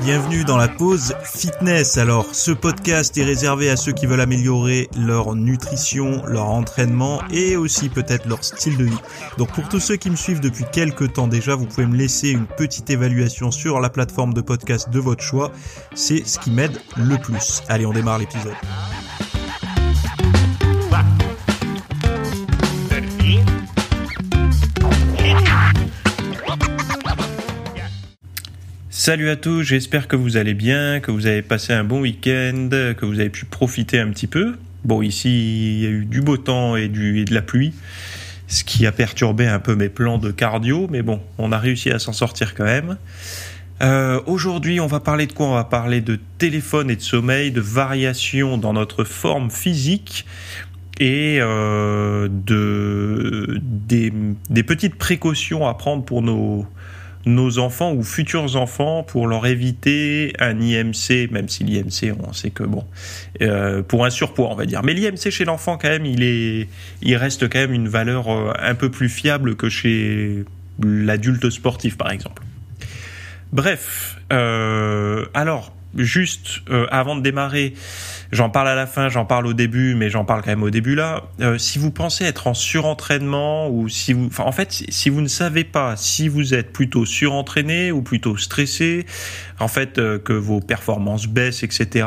Bienvenue dans la pause fitness. Alors, ce podcast est réservé à ceux qui veulent améliorer leur nutrition, leur entraînement et aussi peut-être leur style de vie. Donc, pour tous ceux qui me suivent depuis quelques temps déjà, vous pouvez me laisser une petite évaluation sur la plateforme de podcast de votre choix. C'est ce qui m'aide le plus. Allez, on démarre l'épisode. Salut à tous, j'espère que vous allez bien, que vous avez passé un bon week-end, que vous avez pu profiter un petit peu. Bon, ici, il y a eu du beau temps et de la pluie, ce qui a perturbé un peu mes plans de cardio, mais bon, on a réussi à s'en sortir quand même. Aujourd'hui, on va parler de quoi ? On va parler de téléphone et de sommeil, de variations dans notre forme physique et des petites précautions à prendre pour nos enfants ou futurs enfants pour leur éviter un IMC, même si l'IMC, on sait que bon, pour un surpoids, on va dire. Mais l'IMC chez l'enfant, quand même, il reste quand même une valeur un peu plus fiable que chez l'adulte sportif, par exemple. Bref, alors, juste avant de démarrer, j'en parle à la fin, j'en parle au début, mais j'en parle quand même au début là. Si vous pensez être en surentraînement ou si vous ne savez pas si vous êtes plutôt surentraîné ou plutôt stressé, que vos performances baissent, etc.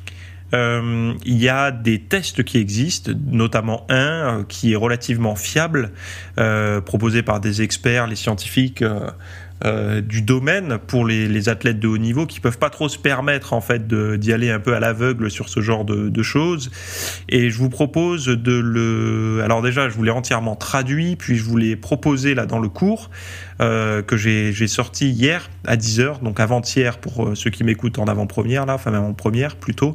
Il y a des tests qui existent, notamment un qui est relativement fiable, proposé par des experts, les scientifiques du domaine pour les athlètes de haut niveau qui peuvent pas trop se permettre en fait d'y aller un peu à l'aveugle sur ce genre de choses. Et je vous propose alors déjà je vous l'ai entièrement traduit, puis je vous l'ai proposé là dans le cours que j'ai sorti hier à 10h, donc avant-hier pour ceux qui m'écoutent en avant-première là, enfin même en première plutôt.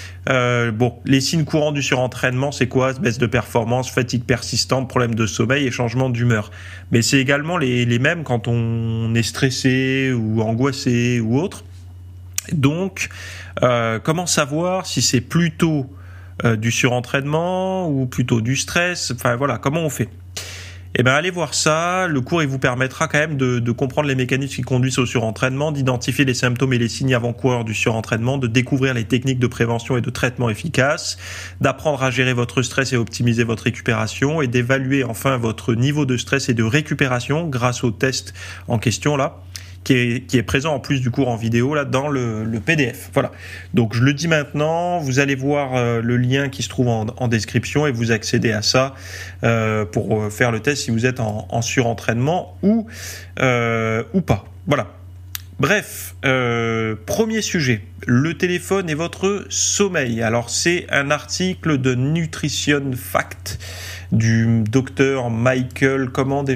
Les signes courants du surentraînement, c'est quoi ? Baisse de performance, fatigue persistante, problème de sommeil et changement d'humeur. Mais c'est également les mêmes quand on est stressé ou angoissé ou autre. Donc, comment savoir si c'est plutôt du surentraînement ou plutôt du stress ? Enfin voilà, comment on fait ? Eh bien, allez voir ça. Le cours, il vous permettra quand même de comprendre les mécanismes qui conduisent au surentraînement, d'identifier les symptômes et les signes avant-coureurs du surentraînement, de découvrir les techniques de prévention et de traitement efficaces, d'apprendre à gérer votre stress et optimiser votre récupération et d'évaluer enfin votre niveau de stress et de récupération grâce au test en question là, qui est présent en plus du cours en vidéo là dans le PDF. Voilà. Donc je le dis maintenant, vous allez voir le lien qui se trouve en description et vous accédez à ça pour faire le test si vous êtes en surentraînement ou pas. Voilà. Bref, premier sujet, le téléphone et votre sommeil. Alors c'est un article de Nutrition Fact du docteur Michael,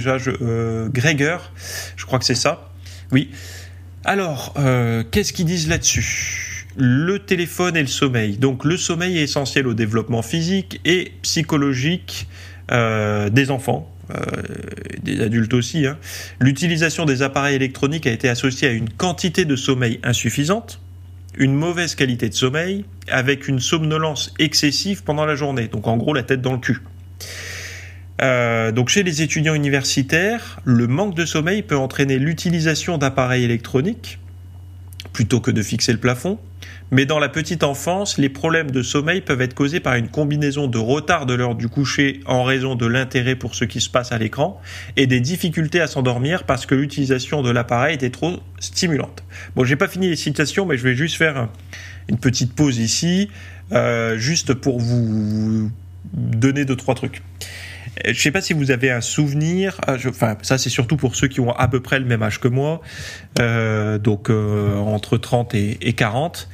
Greger, je crois que c'est ça. Oui. Alors, qu'est-ce qu'ils disent là-dessus ? Le téléphone et le sommeil. Donc, le sommeil est essentiel au développement physique et psychologique des enfants, des adultes aussi. L'utilisation des appareils électroniques a été associée à une quantité de sommeil insuffisante, une mauvaise qualité de sommeil, avec une somnolence excessive pendant la journée. Donc, en gros, la tête dans le cul. Donc chez les étudiants universitaires, le manque de sommeil peut entraîner l'utilisation d'appareils électroniques plutôt que de fixer le plafond. Mais dans la petite enfance, les problèmes de sommeil peuvent être causés par une combinaison de retard de l'heure du coucher en raison de l'intérêt pour ce qui se passe à l'écran et des difficultés à s'endormir parce que l'utilisation de l'appareil était trop stimulante. Bon, j'ai pas fini les citations, mais je vais juste faire une petite pause ici, juste pour vous donner 2-3 trucs. Je ne sais pas si vous avez un souvenir, ça c'est surtout pour ceux qui ont à peu près le même âge que moi, entre 30 et 40.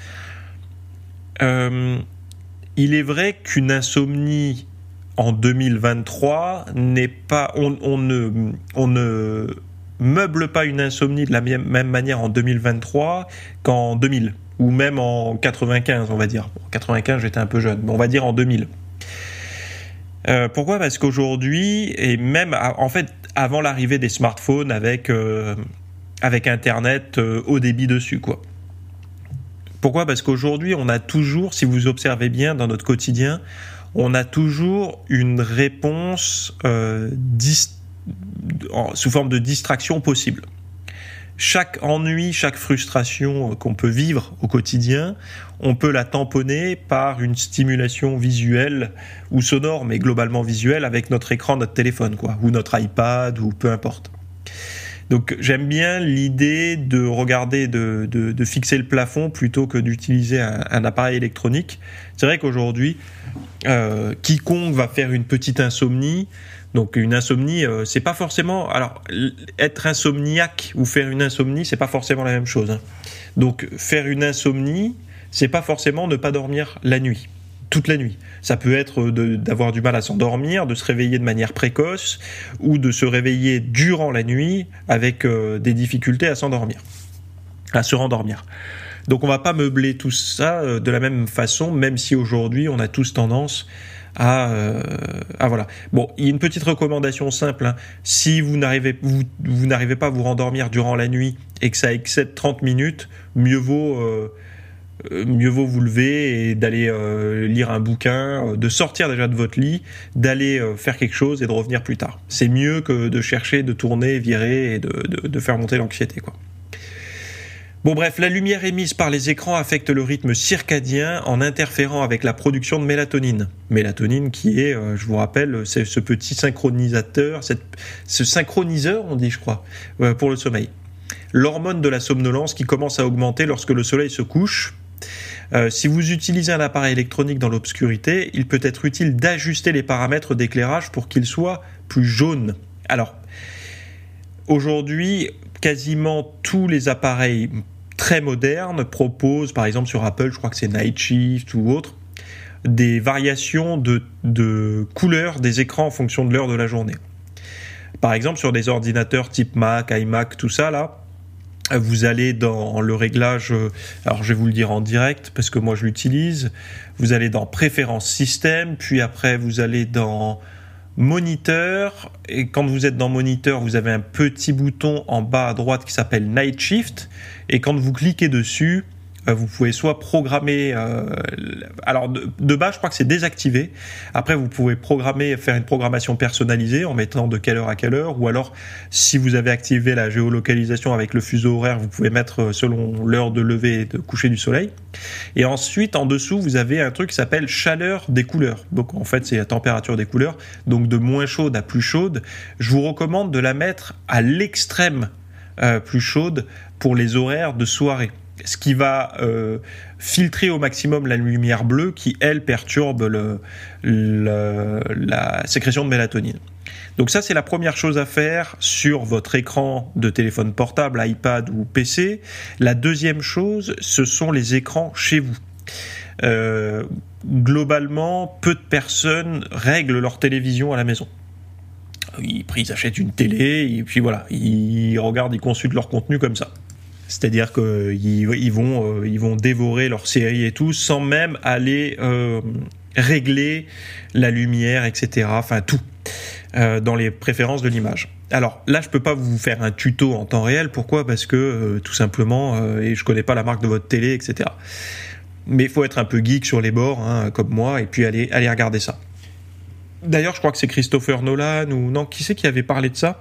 Il est vrai qu'une insomnie en 2023 n'est pas... On ne meuble pas une insomnie de la même manière en 2023 qu'en 2000, ou même en 95, on va dire. En 95, j'étais un peu jeune, mais on va dire en 2000. Pourquoi ? Parce qu'aujourd'hui, et même avant l'arrivée des smartphones avec Internet haut débit dessus, quoi. Pourquoi ? Parce qu'aujourd'hui, on a toujours, si vous observez bien dans notre quotidien, on a toujours une réponse sous forme de distraction possible. chaque ennui, chaque frustration qu'on peut vivre au quotidien, on peut la tamponner par une stimulation visuelle ou sonore, mais globalement visuelle, avec notre écran, notre téléphone, quoi, ou notre iPad, ou peu importe. Donc j'aime bien l'idée de regarder, de fixer le plafond plutôt que d'utiliser un appareil électronique. C'est vrai qu'aujourd'hui, quiconque va faire une petite insomnie. Donc une insomnie, c'est pas forcément... Alors, être insomniaque ou faire une insomnie, c'est pas forcément la même chose. Hein. Donc faire une insomnie, c'est pas forcément ne pas dormir la nuit, toute la nuit. Ça peut être d'avoir du mal à s'endormir, de se réveiller de manière précoce, ou de se réveiller durant la nuit avec des difficultés à s'endormir, à se rendormir. Donc on va pas meubler tout ça de la même façon, même si aujourd'hui on a tous tendance voilà. Bon, il y a une petite recommandation simple. Hein. Si vous n'arrivez pas à vous rendormir durant la nuit et que ça excède 30 minutes, mieux vaut vous lever et d'aller lire un bouquin, de sortir déjà de votre lit, d'aller faire quelque chose et de revenir plus tard. C'est mieux que de chercher, de tourner, virer et de faire monter l'anxiété, quoi. Bon bref, la lumière émise par les écrans affecte le rythme circadien en interférant avec la production de mélatonine. Mélatonine qui est, je vous rappelle, c'est ce petit synchronisateur, ce synchroniseur, on dit je crois, pour le sommeil. L'hormone de la somnolence qui commence à augmenter lorsque le soleil se couche. Si vous utilisez un appareil électronique dans l'obscurité, il peut être utile d'ajuster les paramètres d'éclairage pour qu'ils soient plus jaunes. Alors, aujourd'hui, quasiment tous les appareils très modernes proposent, par exemple sur Apple, je crois que c'est Night Shift ou autre, des variations de couleurs des écrans en fonction de l'heure de la journée. Par exemple, sur des ordinateurs type Mac, iMac, tout ça là, vous allez dans le réglage, alors je vais vous le dire en direct parce que moi je l'utilise, vous allez dans Préférences système, puis après vous allez dans Moniteur, et quand vous êtes dans Moniteur, vous avez un petit bouton en bas à droite qui s'appelle Night Shift, et quand vous cliquez dessus, vous pouvez soit programmer, alors de base je crois que c'est désactivé, après vous pouvez faire une programmation personnalisée en mettant de quelle heure à quelle heure, ou alors si vous avez activé la géolocalisation avec le fuseau horaire, vous pouvez mettre selon l'heure de lever et de coucher du soleil. Et ensuite en dessous vous avez un truc qui s'appelle chaleur des couleurs, donc en fait c'est la température des couleurs, donc de moins chaude à plus chaude. Je vous recommande de la mettre à l'extrême plus chaude pour les horaires de soirée, ce qui va filtrer au maximum la lumière bleue qui, elle, perturbe la sécrétion de mélatonine. Donc ça, c'est la première chose à faire sur votre écran de téléphone portable, iPad ou PC. La deuxième chose, ce sont les écrans chez vous. Globalement, peu de personnes règlent leur télévision à la maison. Ils achètent une télé et puis voilà, ils regardent, ils consultent leur contenu comme ça. C'est-à-dire qu'ils vont dévorer leur série et tout sans même aller régler la lumière, etc. Enfin tout, dans les préférences de l'image. Alors là, je peux pas vous faire un tuto en temps réel. Pourquoi ? Parce que tout simplement, et je connais pas la marque de votre télé, etc. Mais il faut être un peu geek sur les bords, hein, comme moi, et puis aller regarder ça. D'ailleurs, je crois que c'est Christopher Nolan ou non, qui c'est qui avait parlé de ça ?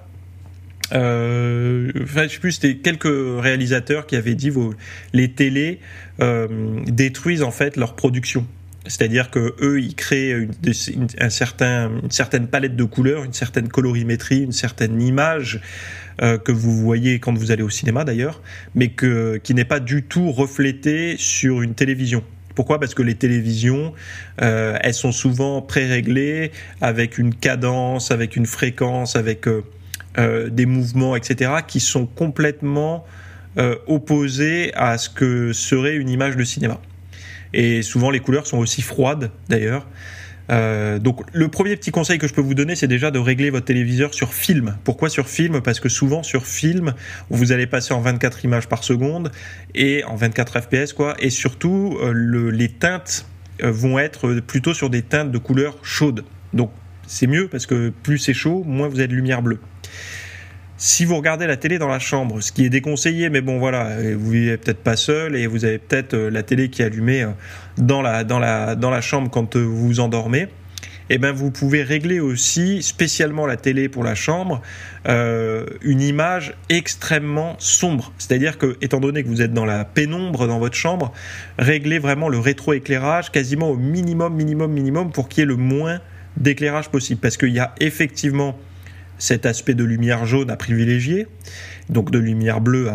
Je sais plus, c'était quelques réalisateurs qui avaient dit les télés détruisent en fait leur production. C'est-à-dire que eux, ils créent une certaine palette de couleurs, une certaine colorimétrie, une certaine image que vous voyez quand vous allez au cinéma d'ailleurs, mais qui n'est pas du tout reflétée sur une télévision. Pourquoi ? Parce que les télévisions, elles sont souvent pré-réglées avec une cadence, avec une fréquence, avec des mouvements, etc., qui sont complètement opposés à ce que serait une image de cinéma. Et souvent, les couleurs sont aussi froides, d'ailleurs. Donc, le premier petit conseil que je peux vous donner, c'est déjà de régler votre téléviseur sur film. Pourquoi sur film ? Parce que souvent, sur film, vous allez passer en 24 images par seconde, et en 24 fps, quoi. Et surtout, les teintes vont être plutôt sur des teintes de couleurs chaudes. Donc, c'est mieux, parce que plus c'est chaud, moins vous avez de lumière bleue. Si vous regardez la télé dans la chambre, ce qui est déconseillé, mais bon voilà, vous vivez peut-être pas seul et vous avez peut-être la télé qui est allumée dans la chambre quand vous vous endormez, eh ben vous pouvez régler aussi, spécialement la télé pour la chambre, une image extrêmement sombre. C'est-à-dire que, étant donné que vous êtes dans la pénombre dans votre chambre, réglez vraiment le rétroéclairage quasiment au minimum pour qu'il y ait le moins d'éclairage possible. Parce qu'il y a effectivement cet aspect de lumière jaune à privilégier, donc de lumière bleue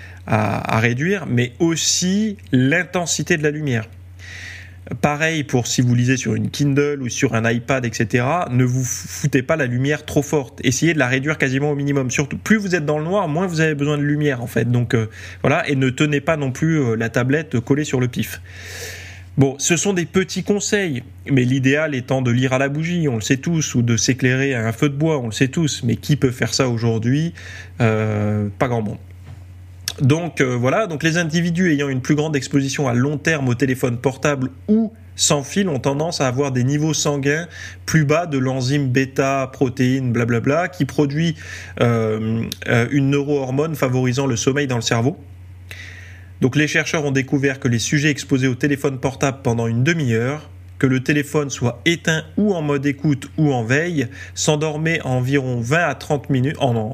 à réduire, mais aussi l'intensité de la lumière. Pareil pour si vous lisez sur une Kindle ou sur un iPad, etc. Ne vous foutez pas la lumière trop forte. Essayez de la réduire quasiment au minimum. Surtout, plus vous êtes dans le noir, moins vous avez besoin de lumière en fait. Donc voilà, et ne tenez pas non plus la tablette collée sur le pif. Bon, ce sont des petits conseils, mais l'idéal étant de lire à la bougie, on le sait tous, ou de s'éclairer à un feu de bois, on le sait tous. Mais qui peut faire ça aujourd'hui ? Pas grand monde. Donc voilà, donc les individus ayant une plus grande exposition à long terme au téléphone portable ou sans fil ont tendance à avoir des niveaux sanguins plus bas de l'enzyme bêta-protéine, blablabla, qui produit une neurohormone favorisant le sommeil dans le cerveau. Donc les chercheurs ont découvert que les sujets exposés au téléphone portable pendant une demi-heure, que le téléphone soit éteint ou en mode écoute ou en veille, s'endormaient environ 20 à 30 minutes, en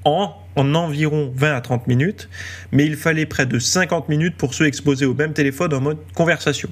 environ 20 à 30 minutes, mais il fallait près de 50 minutes pour ceux exposés au même téléphone en mode conversation.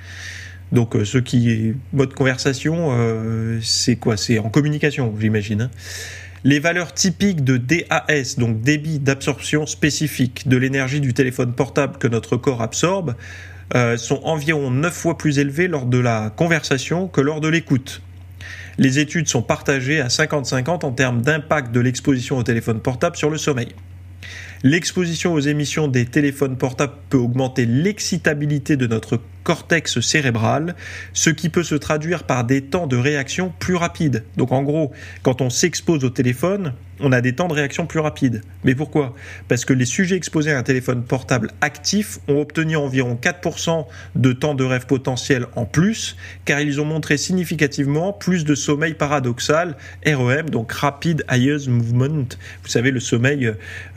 Donc mode conversation, c'est quoi ? C'est en communication, j'imagine. Les valeurs typiques de DAS, donc débit d'absorption spécifique de l'énergie du téléphone portable que notre corps absorbe, sont environ 9 fois plus élevées lors de la conversation que lors de l'écoute. Les études sont partagées à 50-50 en termes d'impact de l'exposition au téléphone portable sur le sommeil. L'exposition aux émissions des téléphones portables peut augmenter l'excitabilité de notre cortex cérébral, ce qui peut se traduire par des temps de réaction plus rapides. Donc en gros, quand on s'expose au téléphone, on a des temps de réaction plus rapides. Mais pourquoi ? Parce que les sujets exposés à un téléphone portable actif ont obtenu environ 4% de temps de rêve potentiel en plus, car ils ont montré significativement plus de sommeil paradoxal, REM, donc Rapid Eye Movement. Vous savez, le sommeil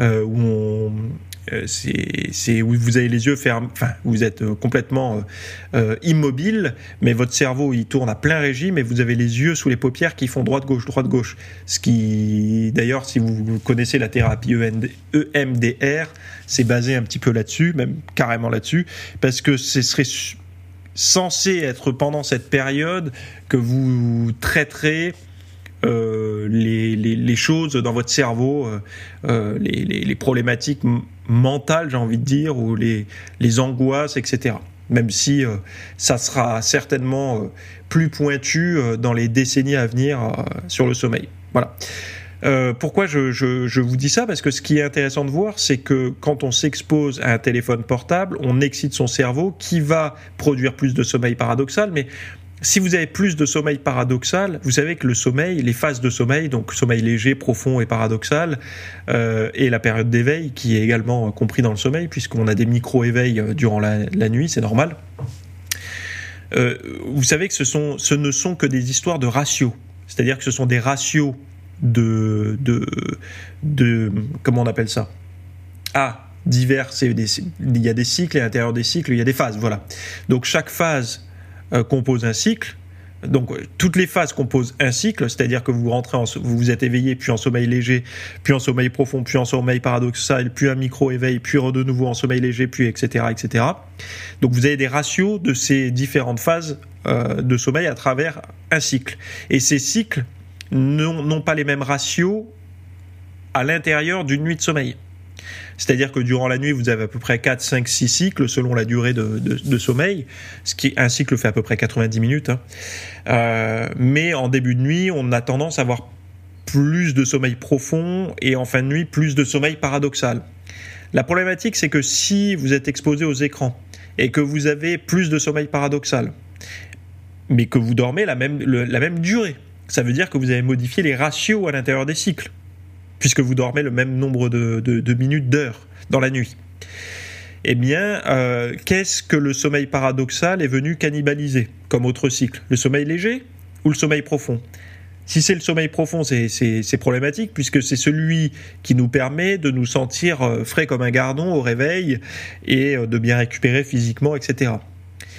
où c'est où vous avez les yeux fermés, enfin vous êtes complètement immobile, mais votre cerveau il tourne à plein régime et vous avez les yeux sous les paupières qui font droite-gauche. Ce qui, d'ailleurs, si vous connaissez la thérapie EMDR, c'est basé un petit peu là-dessus, même carrément là-dessus, parce que ce serait censé être pendant cette période que vous traiterez les choses dans votre cerveau, les problématiques mentales, j'ai envie de dire, ou les angoisses, etc. Même si ça sera certainement plus pointu dans les décennies à venir sur le sommeil. Voilà. Pourquoi je vous dis ça ? Parce que ce qui est intéressant de voir, c'est que quand on s'expose à un téléphone portable, on excite son cerveau qui va produire plus de sommeil paradoxal, mais si vous avez plus de sommeil paradoxal, vous savez que le sommeil, les phases de sommeil, donc sommeil léger, profond et paradoxal, et la période d'éveil qui est également compris dans le sommeil, puisqu'on a des micro-éveils durant la nuit, c'est normal. Vous savez que ce ne sont que des histoires de ratios, c'est-à-dire que ce sont des ratios de comment on appelle ça ? Divers, il y a des cycles et à l'intérieur des cycles, il y a des phases, voilà. Donc chaque phase compose un cycle. Donc toutes les phases composent un cycle, c'est-à-dire que vous êtes éveillé, puis en sommeil léger, puis en sommeil profond, puis en sommeil paradoxal, puis un micro-éveil, puis de nouveau en sommeil léger, puis etc. Donc vous avez des ratios de ces différentes phases de sommeil à travers un cycle. Et ces cycles n'ont pas les mêmes ratios à l'intérieur d'une nuit de sommeil. C'est-à-dire que durant la nuit, vous avez à peu près 4, 5, 6 cycles selon la durée de sommeil. Un cycle fait à peu près 90 minutes. Mais en début de nuit, on a tendance à avoir plus de sommeil profond et en fin de nuit, plus de sommeil paradoxal. La problématique, c'est que si vous êtes exposé aux écrans et que vous avez plus de sommeil paradoxal, mais que vous dormez la même durée, ça veut dire que vous avez modifié les ratios à l'intérieur des cycles, puisque vous dormez le même nombre de minutes, d'heures dans la nuit. Eh bien, qu'est-ce que le sommeil paradoxal est venu cannibaliser comme autre cycle ? Le sommeil léger ou le sommeil profond ? Si c'est le sommeil profond, c'est problématique, puisque c'est celui qui nous permet de nous sentir frais comme un gardon au réveil et de bien récupérer physiquement, etc.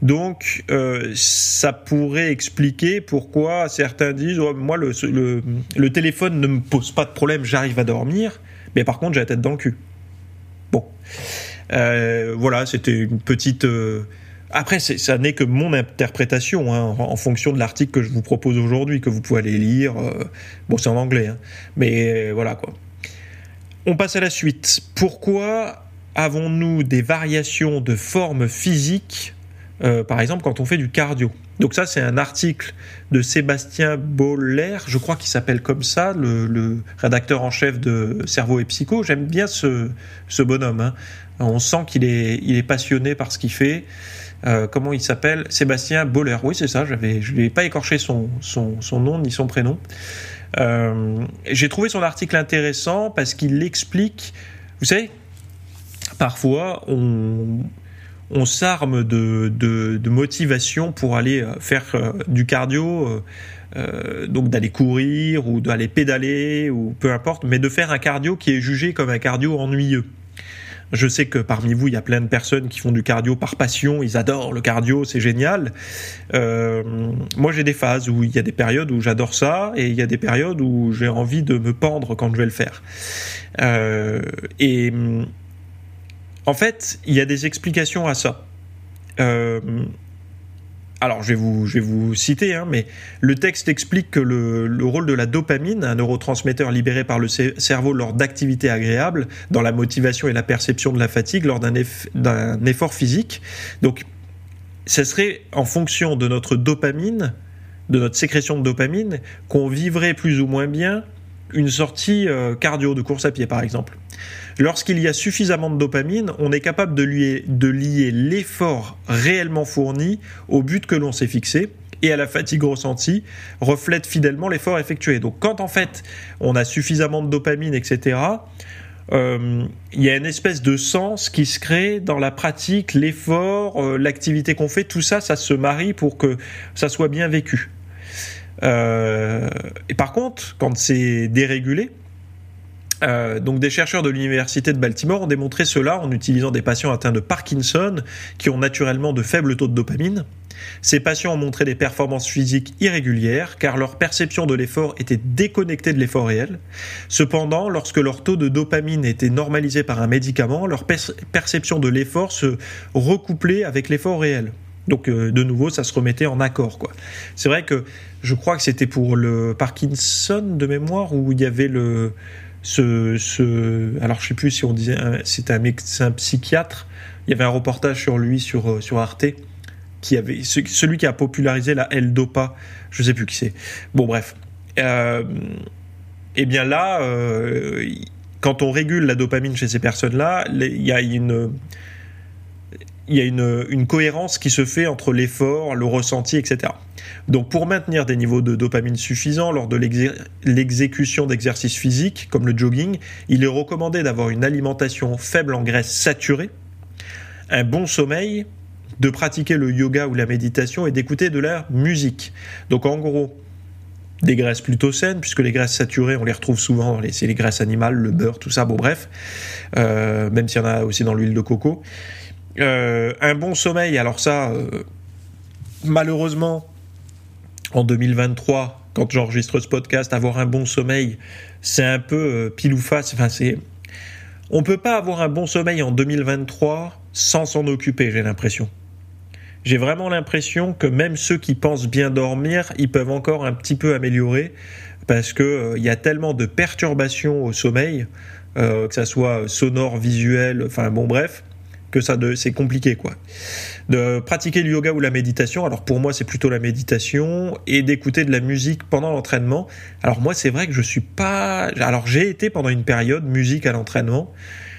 Donc, ça pourrait expliquer pourquoi certains disent moi, le téléphone ne me pose pas de problème, j'arrive à dormir, mais par contre, j'ai la tête dans le cul. Bon. Voilà, c'était une petite... Après, ça n'est que mon interprétation, hein, en fonction de l'article que je vous propose aujourd'hui, que vous pouvez aller lire. Bon, c'est en anglais, hein, mais voilà, quoi. On passe à la suite. Pourquoi avons-nous des variations de forme physique, par exemple, quand on fait du cardio ? Donc ça, c'est un article de Sébastien Boller, je crois qu'il s'appelle comme ça, le rédacteur en chef de Cerveau et Psycho. J'aime bien ce bonhomme, hein. On sent qu'il est passionné par ce qu'il fait. Comment il s'appelle ? Sébastien Boller. Oui, c'est ça, je ne l'ai pas écorché son nom ni son prénom. J'ai trouvé son article intéressant parce qu'il explique... Vous savez, parfois, on s'arme de motivation pour aller faire du cardio, donc d'aller courir ou d'aller pédaler ou peu importe, mais de faire un cardio qui est jugé comme un cardio ennuyeux. Je sais que parmi vous, il y a plein de personnes qui font du cardio par passion, ils adorent le cardio, c'est génial. Moi, j'ai des phases où il y a des périodes où j'adore ça et il y a des périodes où j'ai envie de me pendre quand je vais le faire. Et en fait, il y a des explications à ça. Alors, je vais vous citer, hein, mais le texte explique que le rôle de la dopamine, un neurotransmetteur libéré par le cerveau lors d'activités agréables, dans la motivation et la perception de la fatigue lors d'un effort physique. Donc, ça serait en fonction de notre dopamine, de notre sécrétion de dopamine, qu'on vivrait plus ou moins bien une sortie cardio de course à pied, par exemple. Lorsqu'il y a suffisamment de dopamine, on est capable de lier l'effort réellement fourni au but que l'on s'est fixé et à la fatigue ressentie, reflète fidèlement l'effort effectué. Donc quand en fait on a suffisamment de dopamine, etc., il y a une espèce de sens qui se crée dans la pratique, l'effort, l'activité qu'on fait, tout ça, ça se marie pour que ça soit bien vécu. Et par contre, quand c'est dérégulé, donc des chercheurs de l'université de Baltimore ont démontré cela en utilisant des patients atteints de Parkinson qui ont naturellement de faibles taux de dopamine. Ces patients ont montré des performances physiques irrégulières car leur perception de l'effort était déconnectée de l'effort réel. Cependant, lorsque leur taux de dopamine était normalisé par un médicament, leur perception de l'effort se recouplait avec l'effort réel. Donc de nouveau, ça se remettait en accord, quoi. C'est vrai que je crois que c'était pour le Parkinson de mémoire où il y avait alors je sais plus si on disait c'était un médecin psychiatre, il y avait un reportage sur lui sur Arte qui avait celui qui a popularisé la L-Dopa, je sais plus qui c'est. Bon bref. Et bien là quand on régule la dopamine chez ces personnes-là, il y a une cohérence qui se fait entre l'effort, le ressenti, etc. Donc pour maintenir des niveaux de dopamine suffisants lors de l'exécution d'exercices physiques, comme le jogging, il est recommandé d'avoir une alimentation faible en graisses saturées, un bon sommeil, de pratiquer le yoga ou la méditation et d'écouter de la musique. Donc en gros, des graisses plutôt saines, puisque les graisses saturées, on les retrouve souvent, c'est les graisses animales, le beurre, tout ça, bon bref, même s'il y en a aussi dans l'huile de coco. Un bon sommeil, alors ça, malheureusement, en 2023, quand j'enregistre ce podcast, avoir un bon sommeil, c'est un peu pile ou face. Enfin, on peut pas avoir un bon sommeil en 2023 sans s'en occuper, j'ai l'impression. J'ai vraiment l'impression que même ceux qui pensent bien dormir, ils peuvent encore un petit peu améliorer, parce que y a tellement de perturbations au sommeil, que ça soit sonore, visuel, enfin bon bref, que c'est compliqué, quoi. De pratiquer le yoga ou la méditation, alors pour moi c'est plutôt la méditation, et d'écouter de la musique pendant l'entraînement. Alors moi c'est vrai que je suis pas... Alors j'ai été pendant une période musique à l'entraînement,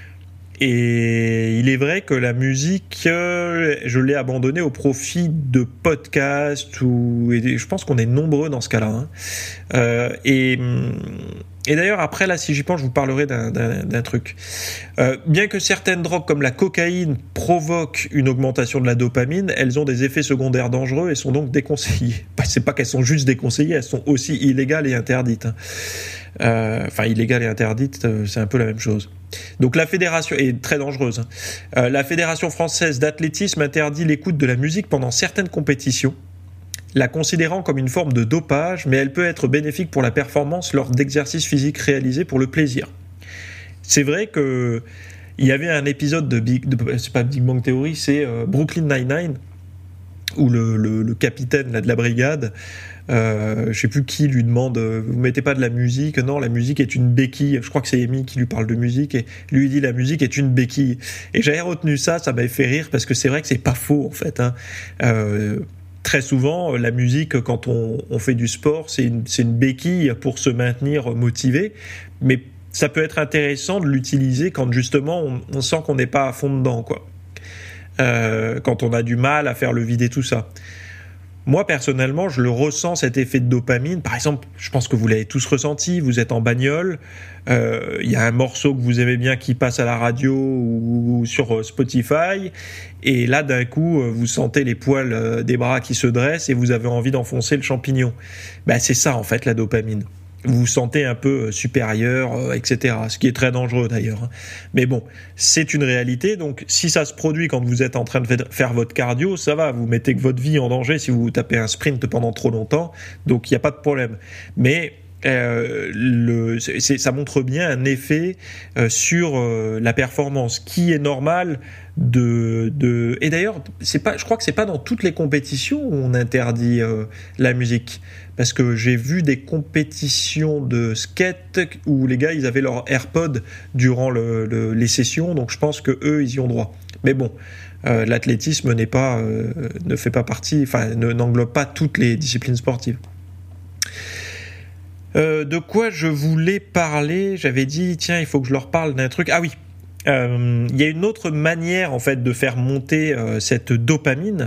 et il est vrai que la musique, je l'ai abandonnée au profit de podcasts, et je pense qu'on est nombreux dans ce cas-là, hein. Et d'ailleurs, après, là, si j'y pense, je vous parlerai d'un truc. Bien que certaines drogues comme la cocaïne provoquent une augmentation de la dopamine, elles ont des effets secondaires dangereux et sont donc déconseillées. C'est pas qu'elles sont juste déconseillées, elles sont aussi illégales et interdites, hein. Enfin, illégale et interdite, c'est un peu la même chose. Donc la fédération est très dangereuse. La Fédération française d'athlétisme interdit l'écoute de la musique pendant certaines compétitions, la considérant comme une forme de dopage, mais elle peut être bénéfique pour la performance lors d'exercices physiques réalisés pour le plaisir. C'est vrai que il y avait un épisode c'est pas Big Bang Theory, c'est Brooklyn Nine-Nine, où le capitaine là, de la brigade, je sais plus qui lui demande vous mettez pas de la musique? Non, la musique est une béquille. Je crois que c'est Amy qui lui parle de musique et lui dit la musique est une béquille. Et j'avais retenu ça m'avait fait rire parce que c'est vrai que c'est pas faux en fait. Très souvent, la musique, quand on fait du sport, c'est une béquille pour se maintenir motivé, mais ça peut être intéressant de l'utiliser quand justement on sent qu'on n'est pas à fond dedans, quoi. Quand on a du mal à faire le vide et tout ça. Moi, personnellement, je le ressens, cet effet de dopamine. Par exemple, je pense que vous l'avez tous ressenti, vous êtes en bagnole, il y a un morceau que vous aimez bien qui passe à la radio ou sur Spotify, et là, d'un coup, vous sentez les poils des bras qui se dressent et vous avez envie d'enfoncer le champignon. Ben, c'est ça, en fait, la dopamine. Vous vous sentez un peu supérieur, etc. Ce qui est très dangereux d'ailleurs. Mais bon, c'est une réalité. Donc, si ça se produit quand vous êtes en train de faire votre cardio, ça va. Vous mettez que votre vie en danger si vous tapez un sprint pendant trop longtemps. Donc, il n'y a pas de problème. Mais ça montre bien un effet sur la performance qui est normal et d'ailleurs je crois que c'est pas dans toutes les compétitions où on interdit la musique, parce que j'ai vu des compétitions de skate où les gars ils avaient leur AirPod durant les sessions, donc je pense que eux ils y ont droit. Mais bon, l'athlétisme ne fait pas partie, enfin n'englobe pas toutes les disciplines sportives. De quoi je voulais parler? J'avais dit tiens, il faut que je leur parle d'un truc. Ah oui, il y a une autre manière en fait de faire monter cette dopamine,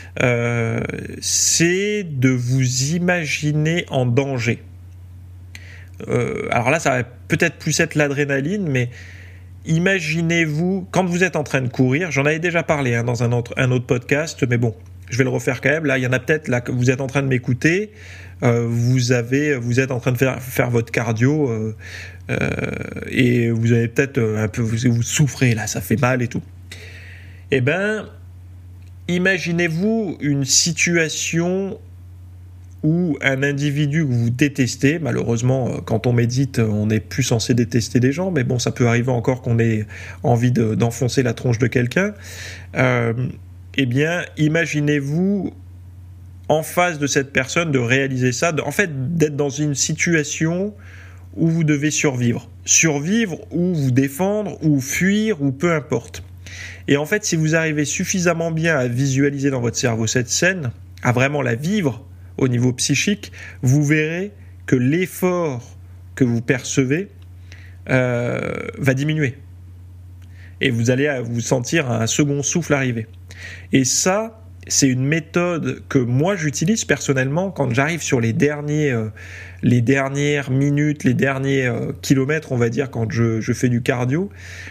c'est de vous imaginer en danger. Alors là, ça va peut-être plus être l'adrénaline, mais imaginez-vous quand vous êtes en train de courir. J'en avais déjà parlé dans un autre podcast, mais bon, je vais le refaire quand même. Là, il y en a peut-être là que vous êtes en train de m'écouter. Vous êtes en train de faire votre cardio et vous avez peut-être un peu vous souffrez là, ça fait mal et tout. Eh ben, imaginez-vous une situation où un individu que vous détestez, malheureusement quand on médite on n'est plus censé détester des gens, mais bon ça peut arriver encore qu'on ait envie d'enfoncer la tronche de quelqu'un. Eh bien, imaginez-vous en face de cette personne, de réaliser ça, en fait d'être dans une situation où vous devez survivre ou vous défendre ou fuir ou peu importe. Et en fait, si vous arrivez suffisamment bien à visualiser dans votre cerveau cette scène, à vraiment la vivre au niveau psychique, vous verrez que l'effort que vous percevez va diminuer. Et vous allez vous sentir un second souffle arriver. Et ça, c'est une méthode que moi j'utilise personnellement quand j'arrive sur les dernières minutes, les derniers kilomètres, on va dire, quand je fais du cardio,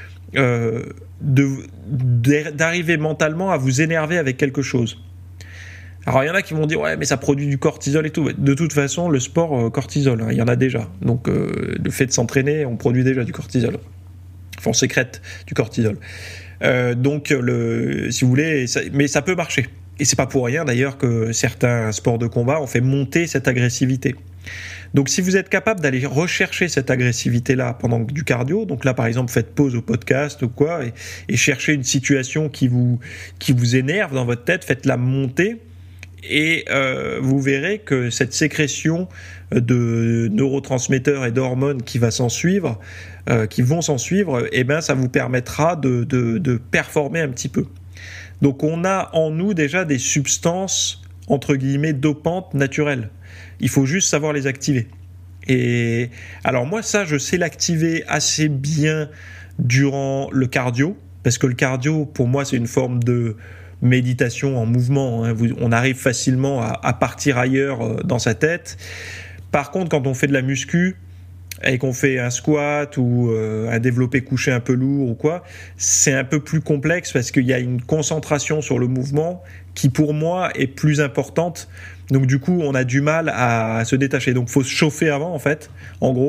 d'arriver mentalement à vous énerver avec quelque chose. Alors il y en a qui vont dire ouais mais ça produit du cortisol et tout. De toute façon le sport cortisol, il y en a déjà. Donc le fait de s'entraîner, on produit déjà du cortisol. Enfin on sécrète du cortisol. Donc si vous voulez, mais ça peut marcher. Et c'est pas pour rien d'ailleurs que certains sports de combat ont fait monter cette agressivité. Donc si vous êtes capable d'aller rechercher cette agressivité-là pendant du cardio, donc là par exemple faites pause au podcast ou quoi, et cherchez une situation qui vous énerve dans votre tête, faites-la monter, et vous verrez que cette sécrétion de neurotransmetteurs et d'hormones qui vont s'en suivre, eh ben ça vous permettra de performer un petit peu. Donc on a en nous déjà des substances entre guillemets dopantes naturelles. Il faut juste savoir les activer. Et alors moi ça je sais l'activer assez bien durant le cardio, parce que le cardio pour moi c'est une forme de méditation en mouvement. On arrive facilement à partir ailleurs dans sa tête. Par contre quand on fait de la muscu et qu'on fait un squat ou un développé couché un peu lourd ou quoi, c'est un peu plus complexe parce qu'il y a une concentration sur le mouvement qui pour moi est plus importante. Donc du coup, on a du mal à se détacher. Donc faut se chauffer avant en fait. En gros,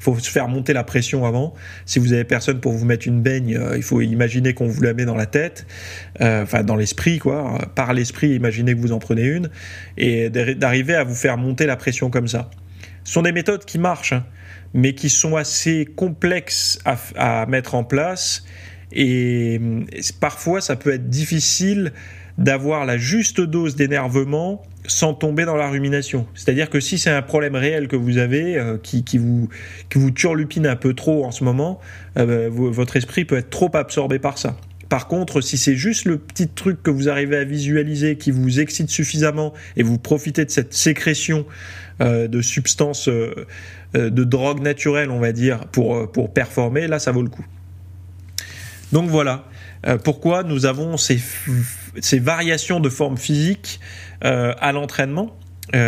faut se faire monter la pression avant. Si vous avez personne pour vous mettre une baigne, il faut imaginer qu'on vous la met dans la tête, dans l'esprit, quoi. Par l'esprit, imaginez que vous en prenez une, et d'arriver à vous faire monter la pression comme ça. Ce sont des méthodes qui marchent, hein, mais qui sont assez complexes à mettre en place, et parfois ça peut être difficile d'avoir la juste dose d'énervement sans tomber dans la rumination. C'est-à-dire que si c'est un problème réel que vous avez, qui vous turlupine un peu trop en ce moment, votre esprit peut être trop absorbé par ça. Par contre, si c'est juste le petit truc que vous arrivez à visualiser, qui vous excite suffisamment, et vous profitez de cette sécrétion de substances, de drogue naturelle, on va dire, pour performer, là, ça vaut le coup. Donc voilà, pourquoi nous avons ces variations de forme physique à l'entraînement.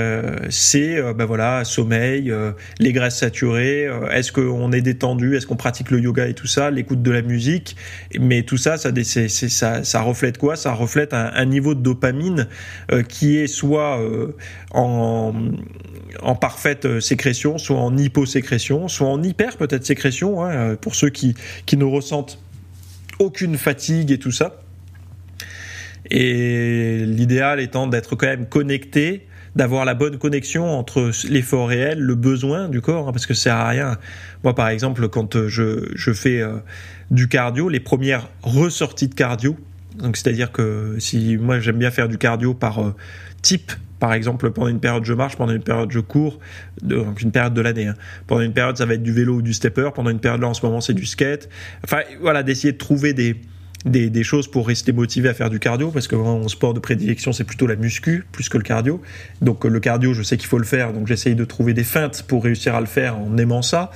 Sommeil, les graisses saturées, est-ce qu'on est détendu, est-ce qu'on pratique le yoga et tout ça, l'écoute de la musique, mais tout ça, ça reflète quoi ? Ça reflète un niveau de dopamine qui est soit en parfaite sécrétion, soit en hyposécrétion, soit en hyper peut-être sécrétion, hein, pour ceux qui ne ressentent aucune fatigue et tout ça. Et l'idéal étant d'être quand même connecté, d'avoir la bonne connexion entre l'effort réel, le besoin du corps, hein, parce que ça sert à rien. Moi, par exemple, quand je fais du cardio, les premières ressorties de cardio, donc c'est-à-dire que si moi j'aime bien faire du cardio par type, par exemple pendant une période je marche, pendant une période je cours, donc une période de l'année, hein. Pendant une période ça va être du vélo ou du stepper, pendant une période là en ce moment c'est du skate. Enfin voilà, d'essayer de trouver des choses pour rester motivé à faire du cardio, parce que mon sport de prédilection c'est plutôt la muscu plus que le cardio. Donc le cardio je sais qu'il faut le faire, donc j'essaye de trouver des feintes pour réussir à le faire en aimant ça.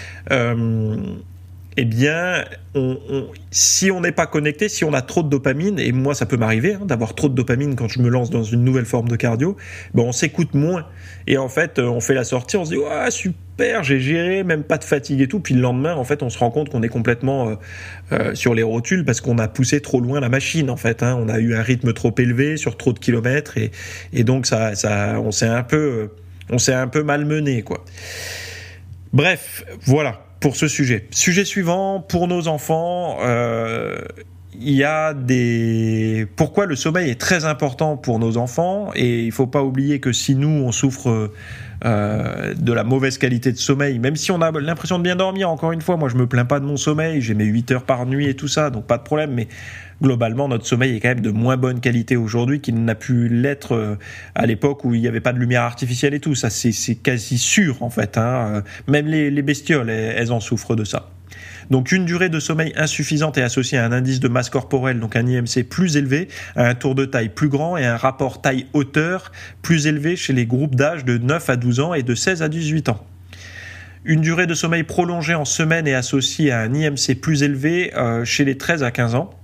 Eh bien, si on n'est pas connecté, si on a trop de dopamine, et moi ça peut m'arriver d'avoir trop de dopamine quand je me lance dans une nouvelle forme de cardio, on s'écoute moins. Et en fait, on fait la sortie, on se dit « Ah, super, j'ai géré, même pas de fatigue et tout ». Puis le lendemain, en fait, on se rend compte qu'on est complètement sur les rotules parce qu'on a poussé trop loin la machine, en fait. On a eu un rythme trop élevé sur trop de kilomètres et donc on s'est un peu malmené, quoi. Bref, voilà. Pour ce sujet. Sujet suivant, pour nos enfants, il y a pourquoi le sommeil est très important pour nos enfants, et il ne faut pas oublier que si nous, on souffre de la mauvaise qualité de sommeil, même si on a l'impression de bien dormir, encore une fois, moi je me plains pas de mon sommeil, j'ai mes 8 heures par nuit et tout ça, donc pas de problème, mais globalement notre sommeil est quand même de moins bonne qualité aujourd'hui qu'il n'a pu l'être à l'époque où il n'y avait pas de lumière artificielle et tout, ça c'est quasi sûr en fait, hein. Même les bestioles, elles en souffrent de ça. Donc une durée de sommeil insuffisante est associée à un indice de masse corporelle, donc un IMC plus élevé, à un tour de taille plus grand et un rapport taille-hauteur plus élevé chez les groupes d'âge de 9 à 12 ans et de 16 à 18 ans. Une durée de sommeil prolongée en semaine est associée à un IMC plus élevé chez les 13 à 15 ans.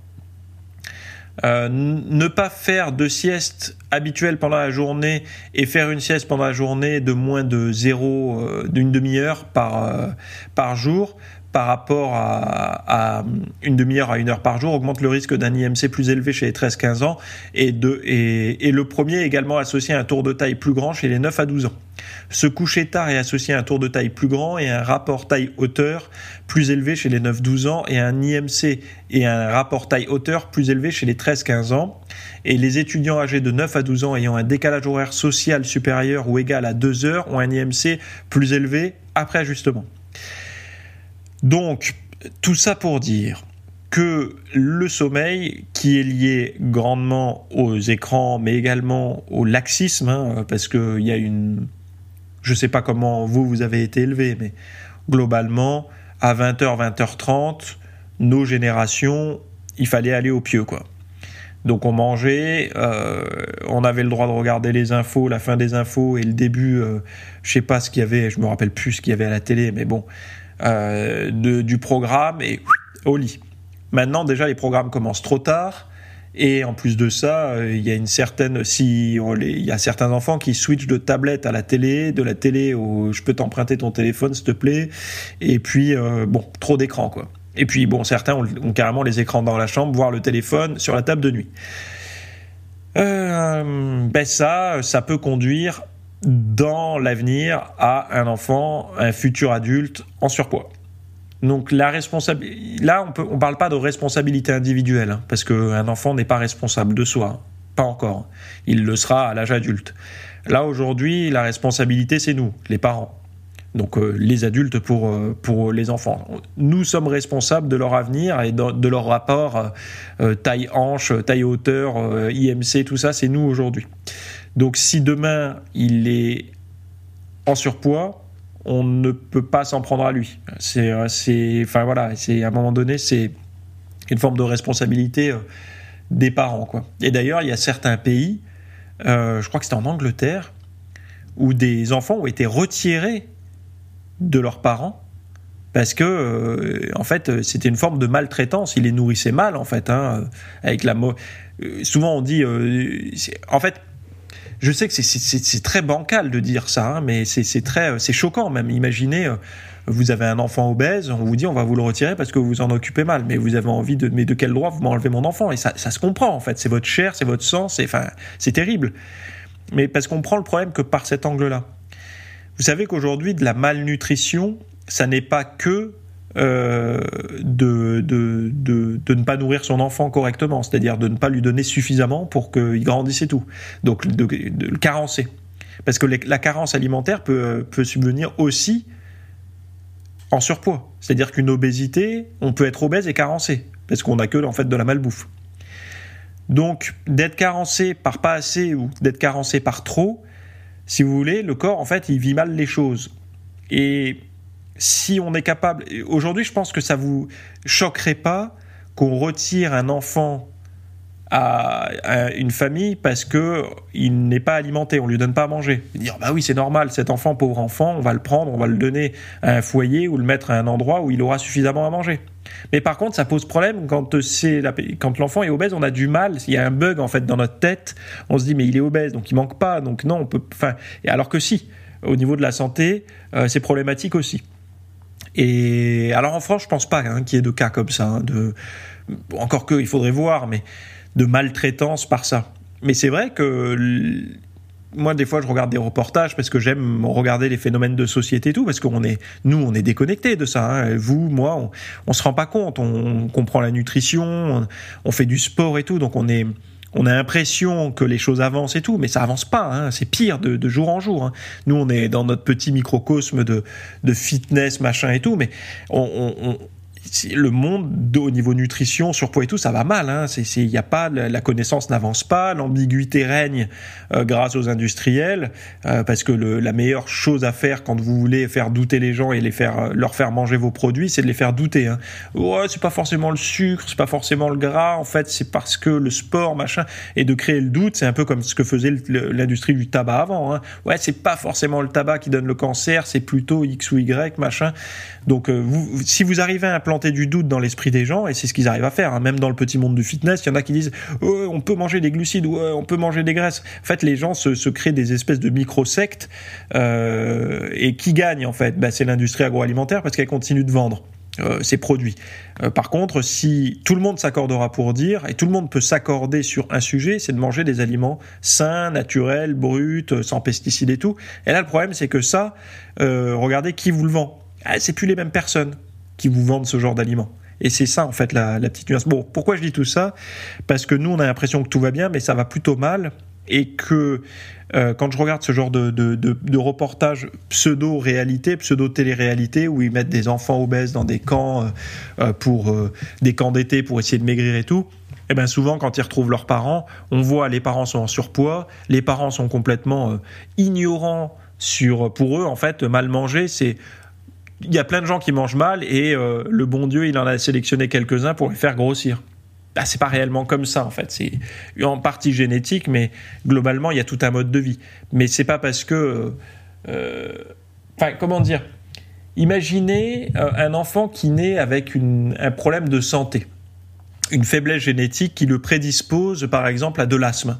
Ne pas faire de sieste habituelle pendant la journée et faire une sieste pendant la journée de moins de d'une demi-heure par jour, par rapport à une demi-heure à 1 heure par jour, augmente le risque d'un IMC plus élevé chez les 13-15 ans et le premier est également associé à un tour de taille plus grand chez les 9 à 12 ans. Se coucher tard est associé à un tour de taille plus grand et un rapport taille-hauteur plus élevé chez les 9-12 ans et un IMC et un rapport taille-hauteur plus élevé chez les 13-15 ans. Et les étudiants âgés de 9 à 12 ans ayant un décalage horaire social supérieur ou égal à 2 heures ont un IMC plus élevé après ajustement. Donc, tout ça pour dire que le sommeil, qui est lié grandement aux écrans, mais également au laxisme, parce qu'il y a je ne sais pas comment vous avez été élevé, mais globalement, à 20h, 20h30, nos générations, il fallait aller au pieu, quoi. Donc on mangeait, on avait le droit de regarder les infos, la fin des infos et le début, je sais pas ce qu'il y avait, je me rappelle plus ce qu'il y avait à la télé, mais bon, du programme et au lit. Maintenant déjà les programmes commencent trop tard et en plus de ça il y a il y a certains enfants qui switchent de tablette à la télé, de la télé au je peux t'emprunter ton téléphone s'il te plaît, et puis trop d'écran, quoi. Et puis certains ont carrément les écrans dans la chambre, voire le téléphone sur la table de nuit. Ça peut conduire dans l'avenir à un enfant, un futur adulte en surpoids. Donc là, on parle pas de responsabilité individuelle, hein, parce qu'un enfant n'est pas responsable de soi, hein, pas encore. Il le sera à l'âge adulte. Là, aujourd'hui, la responsabilité, c'est nous, les parents. Donc les adultes pour les enfants. Nous sommes responsables de leur avenir et de leur rapport taille-hanche, taille-hauteur, IMC, tout ça, c'est nous aujourd'hui. Donc si demain, il est en surpoids, on ne peut pas s'en prendre à lui. Enfin voilà, c'est à un moment donné, c'est une forme de responsabilité des parents, quoi. Et d'ailleurs, il y a certains pays, je crois que c'était en Angleterre, où des enfants ont été retirés de leurs parents parce que en fait, c'était une forme de maltraitance. Ils les nourrissaient mal, en fait, hein, avec souvent on dit, en fait. Je sais que c'est très bancal de dire ça, hein, mais c'est choquant même. Imaginez, vous avez un enfant obèse, on vous dit on va vous le retirer parce que vous vous en occupez mal, mais vous avez envie mais de quel droit vous m'enlevez mon enfant? Et ça se comprend en fait, c'est votre chair, c'est votre sang, c'est terrible. Mais parce qu'on prend le problème que par cet angle-là. Vous savez qu'aujourd'hui, de la malnutrition, ça n'est pas que de ne pas nourrir son enfant correctement, c'est-à-dire de ne pas lui donner suffisamment pour qu'il grandisse et tout. Donc de le carencer. Parce que la carence alimentaire peut subvenir aussi en surpoids. C'est-à-dire qu'une obésité, on peut être obèse et carencé, parce qu'on n'a que en fait de la malbouffe. Donc d'être carencé par pas assez ou d'être carencé par trop, si vous voulez, le corps en fait il vit mal les choses. Et si on est capable... Aujourd'hui, je pense que ça vous choquerait pas qu'on retire un enfant à une famille parce qu'il n'est pas alimenté, on lui donne pas à manger. Et dire, bah oui, c'est normal, cet enfant, pauvre enfant, on va le prendre, on va le donner à un foyer ou le mettre à un endroit où il aura suffisamment à manger. Mais par contre, ça pose problème quand l'enfant est obèse, on a du mal, il y a un bug en fait dans notre tête, on se dit, mais il est obèse, donc il manque pas, donc non, on peut... alors que si, au niveau de la santé, c'est problématique aussi. Et alors en France, je pense pas qu'il y ait de cas comme ça, encore que il faudrait voir, mais de maltraitance par ça. Mais c'est vrai que moi, des fois, je regarde des reportages parce que j'aime regarder les phénomènes de société et tout, parce qu'on est déconnectés de ça. Hein. Vous, moi, on se rend pas compte. On comprend la nutrition, on fait du sport et tout, donc on a l'impression que les choses avancent et tout, mais ça avance pas, hein. C'est pire de jour en jour. Hein. Nous, on est dans notre petit microcosme de fitness, machin et tout, mais le monde au niveau nutrition, surpoids et tout, ça va mal. Hein. Y a pas, la connaissance n'avance pas, l'ambiguïté règne grâce aux industriels, parce que la meilleure chose à faire quand vous voulez faire douter les gens et leur faire manger vos produits, c'est de les faire douter. Hein. Ouais, c'est pas forcément le sucre, c'est pas forcément le gras, en fait, c'est parce que le sport, machin, et de créer le doute, c'est un peu comme ce que faisait l'industrie du tabac avant. Hein. Ouais, c'est pas forcément le tabac qui donne le cancer, c'est plutôt X ou Y, machin. Donc, si vous arrivez à implanter du doute dans l'esprit des gens, et c'est ce qu'ils arrivent à faire, hein. Même dans le petit monde du fitness, il y en a qui disent on peut manger des glucides, on peut manger des graisses. En fait, les gens se créent des espèces de micro-sectes, et qui gagne en fait, c'est l'industrie agroalimentaire parce qu'elle continue de vendre ses produits. Par contre, si tout le monde s'accordera pour dire, et tout le monde peut s'accorder sur un sujet, c'est de manger des aliments sains, naturels, bruts, sans pesticides et tout. Et là, le problème, c'est que ça, regardez qui vous le vend. C'est plus les mêmes personnes qui vous vendent ce genre d'aliments. Et c'est ça, en fait, la petite nuance. Bon, pourquoi je dis tout ça ? Parce que nous, on a l'impression que tout va bien, mais ça va plutôt mal. Et que quand je regarde ce genre de reportage pseudo-réalité, pseudo-télé-réalité, où ils mettent des enfants obèses dans des camps, des camps d'été pour essayer de maigrir et tout, et bien souvent, quand ils retrouvent leurs parents, on voit les parents sont en surpoids, les parents sont complètement ignorants pour eux, en fait, mal manger, c'est... Il y a plein de gens qui mangent mal et le bon Dieu, il en a sélectionné quelques-uns pour les faire grossir. C'est pas réellement comme ça, en fait. C'est en partie génétique, mais globalement, il y a tout un mode de vie. Mais c'est pas parce que... comment dire ? Imaginez un enfant qui naît avec un problème de santé, une faiblesse génétique qui le prédispose, par exemple, à de l'asthme.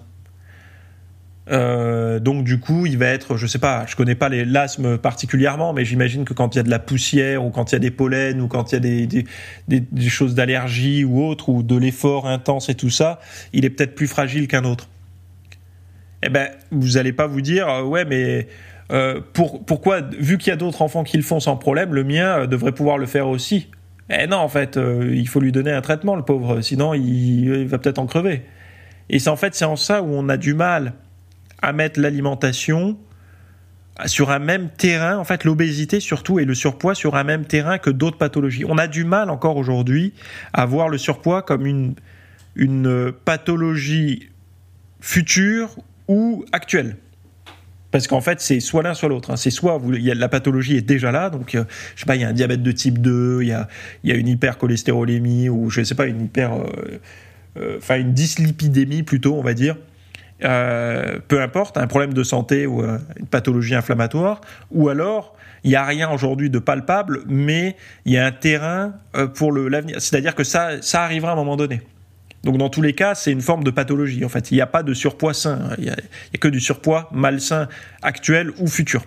Donc du coup il va être, je sais pas, je connais pas l'asthme particulièrement, mais j'imagine que quand il y a de la poussière ou quand il y a des pollens ou quand il y a des choses d'allergie ou autre, ou de l'effort intense et tout ça, il est peut-être plus fragile qu'un autre. eh ben, vous n'allez pas vous dire ouais, mais pourquoi, vu qu'il y a d'autres enfants qui le font sans problème, le mien devrait pouvoir le faire aussi. Eh non, en fait, il faut lui donner un traitement, le pauvre, sinon il va peut-être en crever. Et c'est en ça où on a du mal à mettre l'alimentation sur un même terrain, en fait l'obésité surtout et le surpoids sur un même terrain que d'autres pathologies. On a du mal encore aujourd'hui à voir le surpoids comme une pathologie future ou actuelle. Parce qu'en fait, c'est soit l'un, soit l'autre. C'est soit la pathologie est déjà là, donc je sais pas, il y a un diabète de type 2, il y a une hypercholestérolémie, ou je sais pas, une dyslipidémie plutôt, on va dire. Peu importe, un problème de santé ou une pathologie inflammatoire, ou alors il n'y a rien aujourd'hui de palpable, mais il y a un terrain pour l'avenir. C'est-à-dire que ça arrivera à un moment donné. Donc dans tous les cas, c'est une forme de pathologie. En fait, il n'y a pas de surpoids sain, il y a que du surpoids malsain actuel ou futur.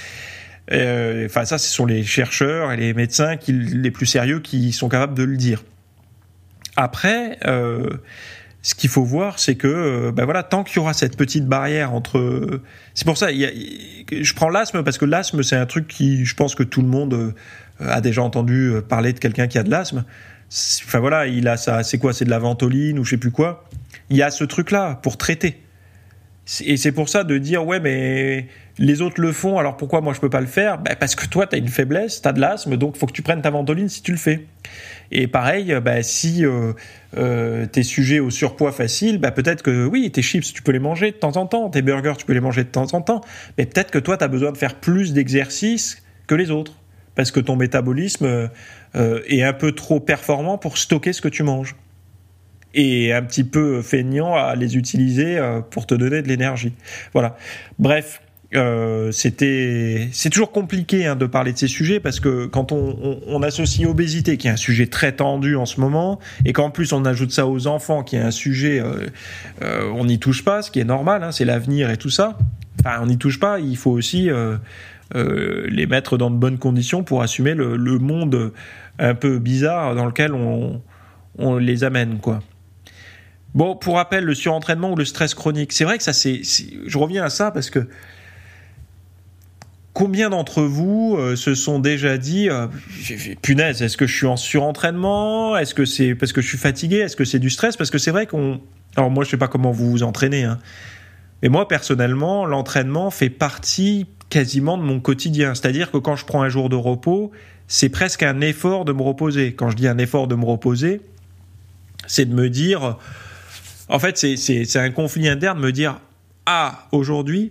Ça, ce sont les chercheurs et les médecins les plus sérieux qui sont capables de le dire. Après, ce qu'il faut voir, c'est que tant qu'il y aura cette petite barrière entre... C'est pour ça, je prends l'asthme, parce que l'asthme, c'est un truc qui, je pense que tout le monde a déjà entendu parler de quelqu'un qui a de l'asthme. Il a ça, c'est quoi, c'est de la ventoline ou je sais plus quoi. Il y a ce truc-là pour traiter. Et c'est pour ça de dire, ouais, mais les autres le font, alors pourquoi moi je peux pas le faire ? Parce que toi, t'as une faiblesse, t'as de l'asthme, donc faut que tu prennes ta ventoline si tu le fais. Et pareil, si t'es sujet au surpoids facile, peut-être que oui, tes chips, tu peux les manger de temps en temps, tes burgers, tu peux les manger de temps en temps, mais peut-être que toi, t'as besoin de faire plus d'exercices que les autres, parce que ton métabolisme est un peu trop performant pour stocker ce que tu manges. Et un petit peu feignant à les utiliser pour te donner de l'énergie. Voilà. Bref, c'est toujours compliqué de parler de ces sujets, parce que quand on associe obésité, qui est un sujet très tendu en ce moment, et qu'en plus on ajoute ça aux enfants, qui est un sujet, on n'y touche pas, ce qui est normal, c'est l'avenir et tout ça. Enfin, on n'y touche pas, il faut aussi les mettre dans de bonnes conditions pour assumer le monde un peu bizarre dans lequel on les amène, quoi. Bon, pour rappel, le surentraînement ou le stress chronique, c'est vrai que ça, je reviens à ça parce que combien d'entre vous se sont déjà dit punaise, est-ce que je suis en surentraînement ? Est-ce que c'est parce que je suis fatigué ? Est-ce que c'est du stress ? Parce que c'est vrai alors moi, je sais pas comment vous vous entraînez, mais moi, personnellement, l'entraînement fait partie quasiment de mon quotidien. C'est-à-dire que quand je prends un jour de repos, c'est presque un effort de me reposer. Quand je dis un effort de me reposer, c'est de me dire... En fait, c'est un conflit interne, me dire aujourd'hui,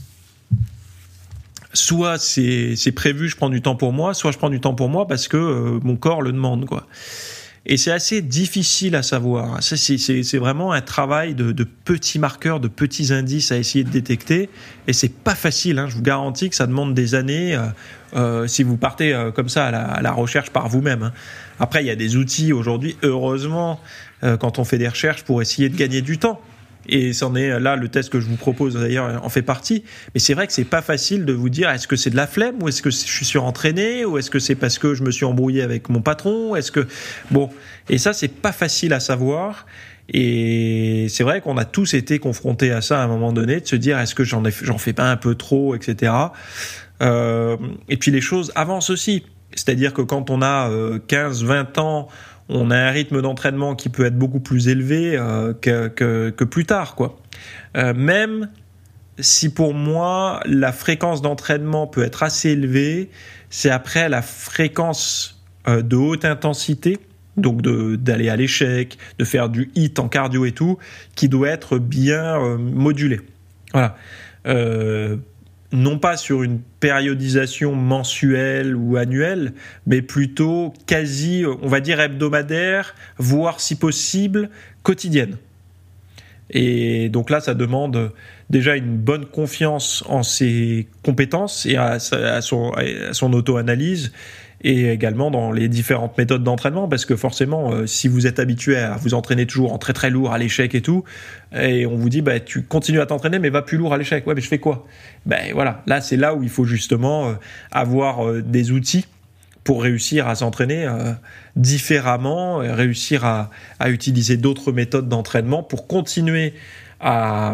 soit c'est prévu, je prends du temps pour moi, soit je prends du temps pour moi parce que mon corps le demande, quoi. Et c'est assez difficile à savoir. Ça, c'est vraiment un travail de petits marqueurs, de petits indices à essayer de détecter. Et c'est pas facile, je vous garantis que ça demande des années si vous partez comme ça à la recherche par vous-même. Après, il y a des outils aujourd'hui, heureusement, quand on fait des recherches pour essayer de gagner du temps. Et c'en est là, le test que je vous propose d'ailleurs en fait partie. Mais c'est vrai que c'est pas facile de vous dire est-ce que c'est de la flemme, ou est-ce que je suis surentraîné, ou est-ce que c'est parce que je me suis embrouillé avec mon patron, et ça c'est pas facile à savoir. Et c'est vrai qu'on a tous été confrontés à ça à un moment donné, de se dire est-ce que j'en fais pas un peu trop, etc. Et puis les choses avancent aussi. C'est-à-dire que quand on a 15-20 ans, on a un rythme d'entraînement qui peut être beaucoup plus élevé que plus tard, quoi. Même si pour moi, la fréquence d'entraînement peut être assez élevée, c'est après la fréquence de haute intensité, donc d'aller à l'échec, de faire du HIIT en cardio et tout, qui doit être bien modulée. Voilà. Non pas sur une périodisation mensuelle ou annuelle, mais plutôt quasi, on va dire, hebdomadaire, voire si possible, quotidienne. Et donc là, ça demande déjà une bonne confiance en ses compétences et à son auto-analyse, et également dans les différentes méthodes d'entraînement, parce que forcément, si vous êtes habitué à vous entraîner toujours en très très lourd à l'échec et tout, et on vous dit tu continues à t'entraîner mais va plus lourd à l'échec, ouais mais je fais quoi ? Voilà, là c'est là où il faut justement avoir des outils pour réussir à s'entraîner différemment, réussir à utiliser d'autres méthodes d'entraînement pour continuer à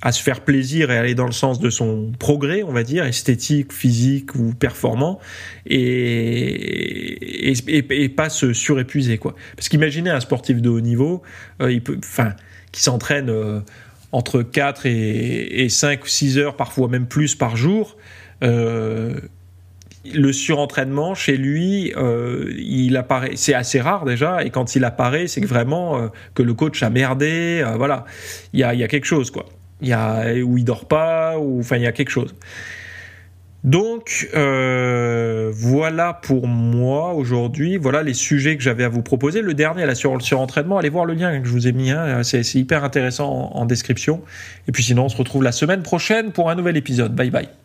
à se faire plaisir et aller dans le sens de son progrès, on va dire, esthétique, physique ou performant, et pas se surépuiser, quoi. Parce qu'imaginez un sportif de haut niveau, qui s'entraîne entre 4 et 5 ou 6 heures, parfois même plus par jour. Le surentraînement chez lui, il apparaît, c'est assez rare déjà, et quand il apparaît, c'est que vraiment que le coach a merdé, voilà, il y a quelque chose, quoi. Où il dort pas, il y a quelque chose. Donc voilà pour moi aujourd'hui, voilà les sujets que j'avais à vous proposer. Le dernier là sur le surentraînement, allez voir le lien que je vous ai mis, c'est hyper intéressant en description. Et puis sinon on se retrouve la semaine prochaine pour un nouvel épisode. Bye bye.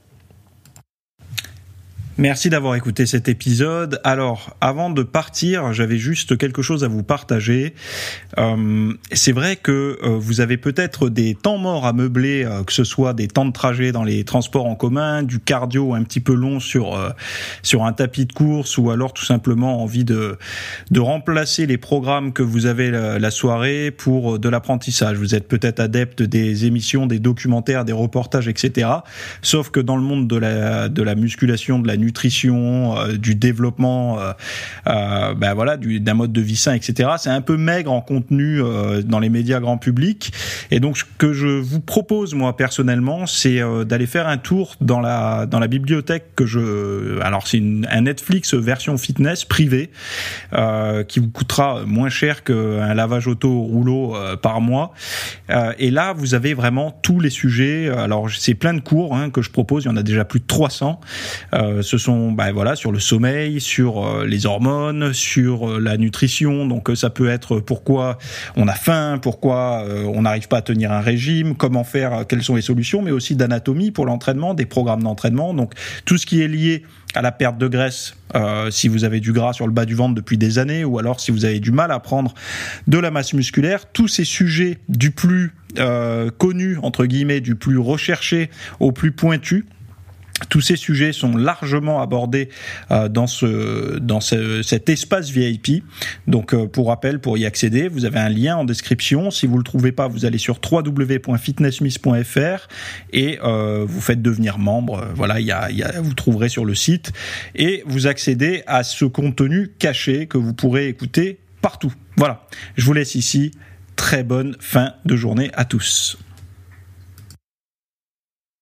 Merci d'avoir écouté cet épisode. Alors, avant de partir, j'avais juste quelque chose à vous partager. C'est vrai que vous avez peut-être des temps morts à meubler, que ce soit des temps de trajet dans les transports en commun, du cardio un petit peu long sur un tapis de course, ou alors tout simplement envie de remplacer les programmes que vous avez la soirée pour de l'apprentissage. Vous êtes peut-être adepte des émissions, des documentaires, des reportages, etc. Sauf que dans le monde de la musculation, de la nutrition, du développement, d'un mode de vie sain, etc. C'est un peu maigre en contenu dans les médias grand public. Et donc, ce que je vous propose, moi, personnellement, c'est d'aller faire un tour dans la bibliothèque alors, c'est un Netflix version fitness privée, qui vous coûtera moins cher qu'un lavage auto au rouleau par mois. Et là, vous avez vraiment tous les sujets. Alors, c'est plein de cours que je propose. Il y en a déjà plus de 300. Ce sont sur le sommeil, sur les hormones, sur la nutrition. Donc ça peut être pourquoi on a faim, pourquoi on n'arrive pas à tenir un régime, comment faire, quelles sont les solutions, mais aussi d'anatomie pour l'entraînement, des programmes d'entraînement. Donc tout ce qui est lié à la perte de graisse, si vous avez du gras sur le bas du ventre depuis des années, ou alors si vous avez du mal à prendre de la masse musculaire, tous ces sujets du plus connu, entre guillemets, du plus recherché au plus pointu, tous ces sujets sont largement abordés dans cet espace VIP. Donc, pour rappel, pour y accéder, vous avez un lien en description. Si vous le trouvez pas, vous allez sur www.fitnessmiss.fr et vous faites devenir membre. Voilà, vous trouverez sur le site et vous accédez à ce contenu caché que vous pourrez écouter partout. Voilà, je vous laisse ici. Très bonne fin de journée à tous.